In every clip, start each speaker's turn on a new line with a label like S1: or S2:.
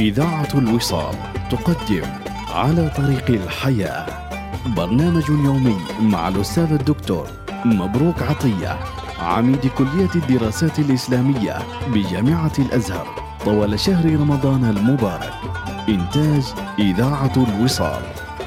S1: إذاعة الوصال تقدم على طريق الحياة، برنامج يومي مع الأستاذ الدكتور مبروك عطية، عميد كلية الدراسات الإسلامية بجامعة الأزهر طوال شهر رمضان المبارك. إنتاج إذاعة الوصال.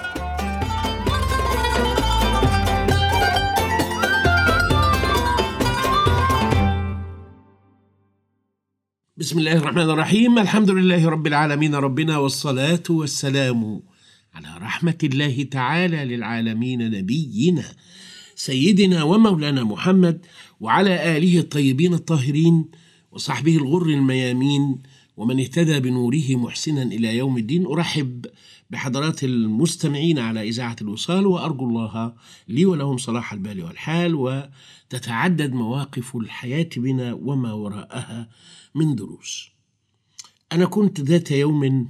S2: بسم الله الرحمن الرحيم. الحمد لله رب العالمين ربنا، والصلاة والسلام على رحمة الله تعالى للعالمين نبينا سيدنا ومولانا محمد، وعلى آله الطيبين الطاهرين وصحبه الغر الميامين، ومن اهتدى بنوره محسنا إلى يوم الدين. أرحب بحضرات المستمعين على إذاعة الوصال، وأرجو الله لي ولهم صلاح البال والحال، وتتعدد مواقف الحياة بنا وما وراءها من دروس. أنا كنت ذات يوم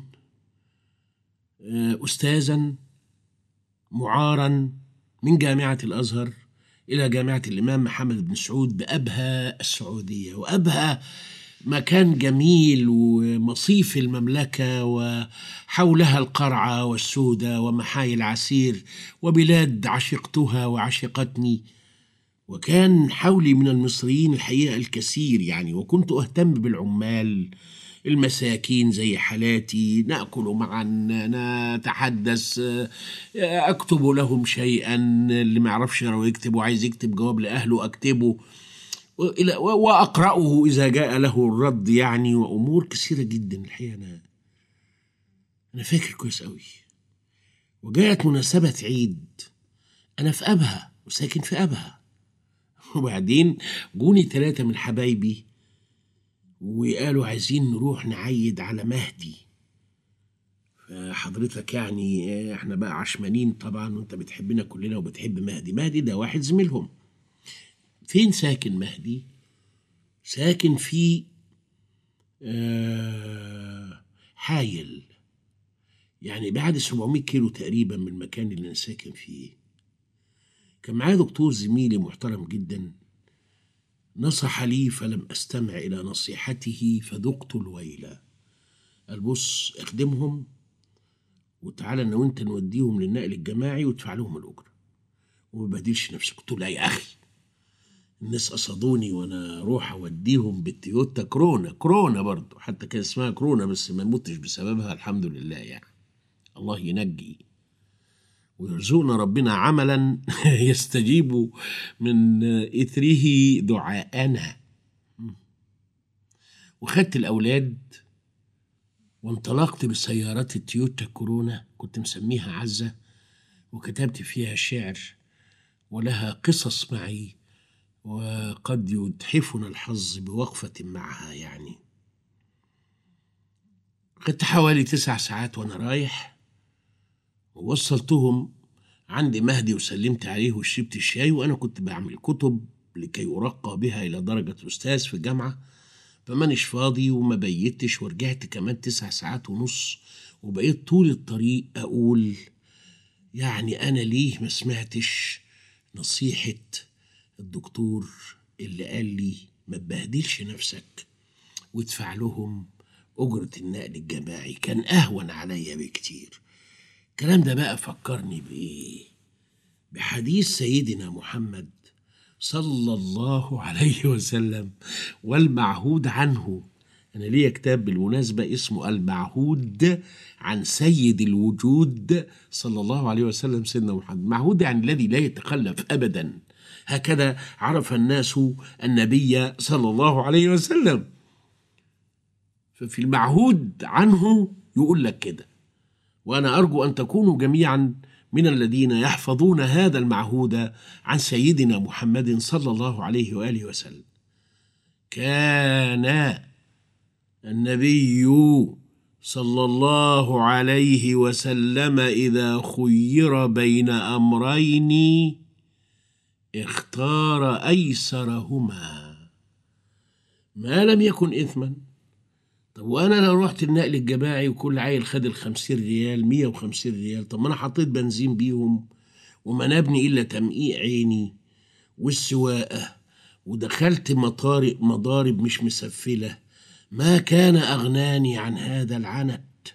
S2: أستاذا معارا من جامعة الأزهر إلى جامعة الإمام محمد بن سعود بأبها السعودية، وأبها مكان جميل ومصيف المملكة، وحولها القرعة والسودة ومحاي العسير، وبلاد عشقتها وعشقتني، وكان حولي من المصريين الحقيقة الكثير يعني، وكنت أهتم بالعمال المساكين زي حالاتي، نأكل معا، نتحدث، أكتب لهم شيئا، اللي ما يعرفش يقرأ ويكتب وعايز يكتب جواب لأهله أكتبه، وأقرأه إذا جاء له الرد يعني، وأمور كثيرة جدا الحقيقة. أنا فاكر كويس قوي. وجاءت مناسبة عيد، أنا في أبها وساكن في أبها، وبعدين جوني 3 من حبايبي وقالوا عايزين نروح نعيد على مهدي. فحضرتك يعني احنا بقى عشمانين طبعا، وانت بتحبنا كلنا وبتحب مهدي. مهدي ده واحد زميلهم. فين ساكن مهدي؟ ساكن في حايل، يعني بعد 700 كيلو تقريبا من المكان اللي انا ساكن فيه. كان معايا دكتور زميلي محترم جدا، نصح لي فلم أستمع إلى نصيحته فذقت الويلة. قال بص اخدمهم وتعالى أنا وانت نوديهم للنقل الجماعي وادفع لهم الأجرة وما بهدلش نفسك. قلت له لا يا أخي، الناس قصدوني وأنا أروح أوديهم بالتويوتا كرونا برضو، حتى كان اسمها كرونا بس ما موتش بسببها الحمد لله يعني. الله ينجي ويرزقنا ربنا عملا يستجيب من إثره دعاءنا. وخدت الأولاد وانطلقت بسيارات التويوتا كورونا، كنت مسميها عزة، وكتبت فيها شعر ولها قصص معي، وقد يتحفنا الحظ بوقفة معها يعني. خدت حوالي 9 ساعات وأنا رايح، ووصلتهم عند مهدي وسلمت عليه وشربت الشاي، وأنا كنت بعمل كتب لكي أرقى بها إلى درجة أستاذ في الجامعة، فمانيش فاضي وما بيتش، ورجعت كمان 9 ساعات ونص، وبقيت طول الطريق أقول يعني أنا ليه ما سمعتش نصيحة الدكتور اللي قال لي ما تبهدلش نفسك وادفع لهم أجرة النقل الجماعي، كان أهون عليا بكتير. الكلام ده بقى فكرني بإيه؟ بحديث سيدنا محمد صلى الله عليه وسلم والمعهود عنه. أنا ليا كتاب بالمناسبة اسمه المعهود عن سيد الوجود صلى الله عليه وسلم سيدنا محمد. معهود يعني الذي لا يتخلف أبدا، هكذا عرف الناس النبي صلى الله عليه وسلم. ففي المعهود عنه يقول لك كده، وأنا أرجو أن تكونوا جميعا من الذين يحفظون هذا المعهود عن سيدنا محمد صلى الله عليه وآله وسلم. كان النبي صلى الله عليه وسلم إذا خير بين أمرين اختار أيسرهما ما لم يكن إثما. طب وأنا لو رحت النقل الجماعي وكل عيل خد 50 ريال 150 ريال، طب ما أنا حطيت بنزين بيهم وما نبني إلا تمقيع عيني والسواقة، ودخلت مضارب مش مسفلة، ما كان أغناني عن هذا العناء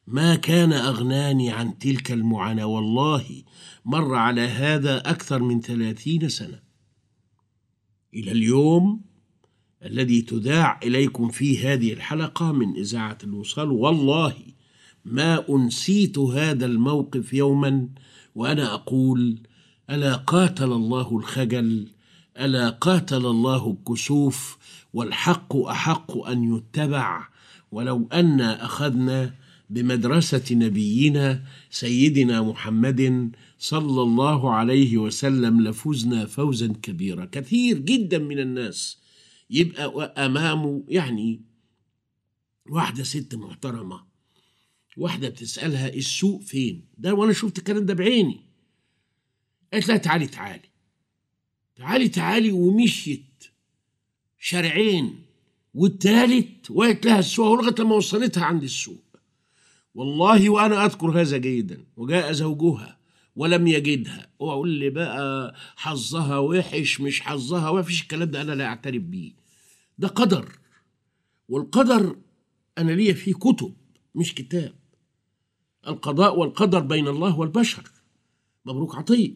S2: ما كان أغناني عن تلك المعاناة، والله مر على هذا أكثر من 30 سنة. إلى اليوم الذي تذاع إليكم فيه هذه الحلقة من إذاعة الوصال، والله ما أنسيت هذا الموقف يوما وأنا أقول: ألا قاتل الله الخجل، ألا قاتل الله الكسوف، والحق أحق أن يتبع. ولو أن أخذنا بمدرسة نبينا سيدنا محمد صلى الله عليه وسلم لفزنا فوزا كبيرا. كثير جدا من الناس يبقى أمامه يعني واحدة ست محترمة، واحدة بتسألها السوق فين ده، وأنا شفت الكلام ده بعيني. قالت لها تعالي تعالي تعالي تعالي، ومشيت شارعين والتالت وقالت لها السوق، لغاية لما وصلتها عند السوق. والله وأنا أذكر هذا جيدا. وجاء زوجها ولم يجدها، وأقول لي بقى حظها وحش مش حظها وحش، الكلام ده أنا لا أعترف بيه، ده قدر. والقدر أنا ليا فيه كتب مش كتاب. القضاء والقدر بين الله والبشر. مبروك عطية.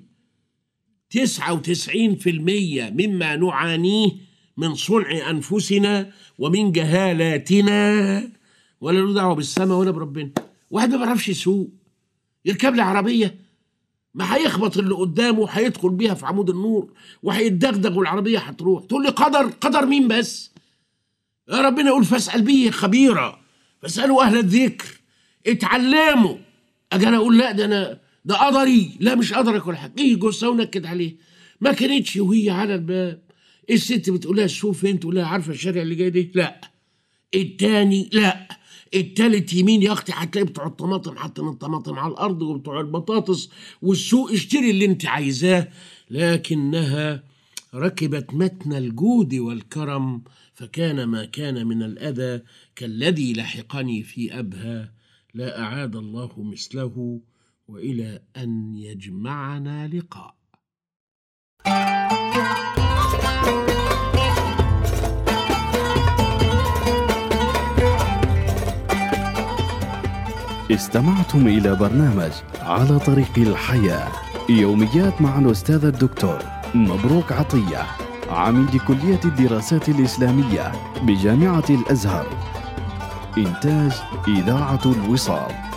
S2: 99% مما نعانيه من صنع أنفسنا ومن جهالاتنا، ولا له دعوة بالسماء ولا بربنا. واحد ما بيعرفش يسوق يركب لي عربية، ما هيخبط اللي قدامه، هيدخل بيها في عمود النور وهيتدغدغ والعربية هتروح. تقول لي قدر؟ قدر مين بس؟ يا ربنا يقول فاسأل به خبيرا، فاسألوا أهل الذكر، اتعلموا. أجي أنا أقول لا ده قدري؟ لا مش قدرك ولا حاجة. إيه جوزها ونكد عليه. ما كانتش وهي على الباب الست بتقول لها السوق فين؟ تقول لها عارفة الشارع اللي جاي ده؟ لا. التاني لا. التالت يمين يا اختي هتلاقي بتوع الطماطم حاطين الطماطم على الارض وبتوع البطاطس، والسوق اشتري اللي انت عايزاه. لكنها ركبت متن الجود والكرم، فكان ما كان من الأذى كالذي لحقني في أبها، لا أعاد الله مثله، وإلى أن يجمعنا لقاء.
S1: استمعتم إلى برنامج على طريق الحياة، يوميات مع الأستاذ الدكتور مبروك عطية، عميد كلية الدراسات الإسلامية بجامعة الأزهر. إنتاج إذاعة الوصال.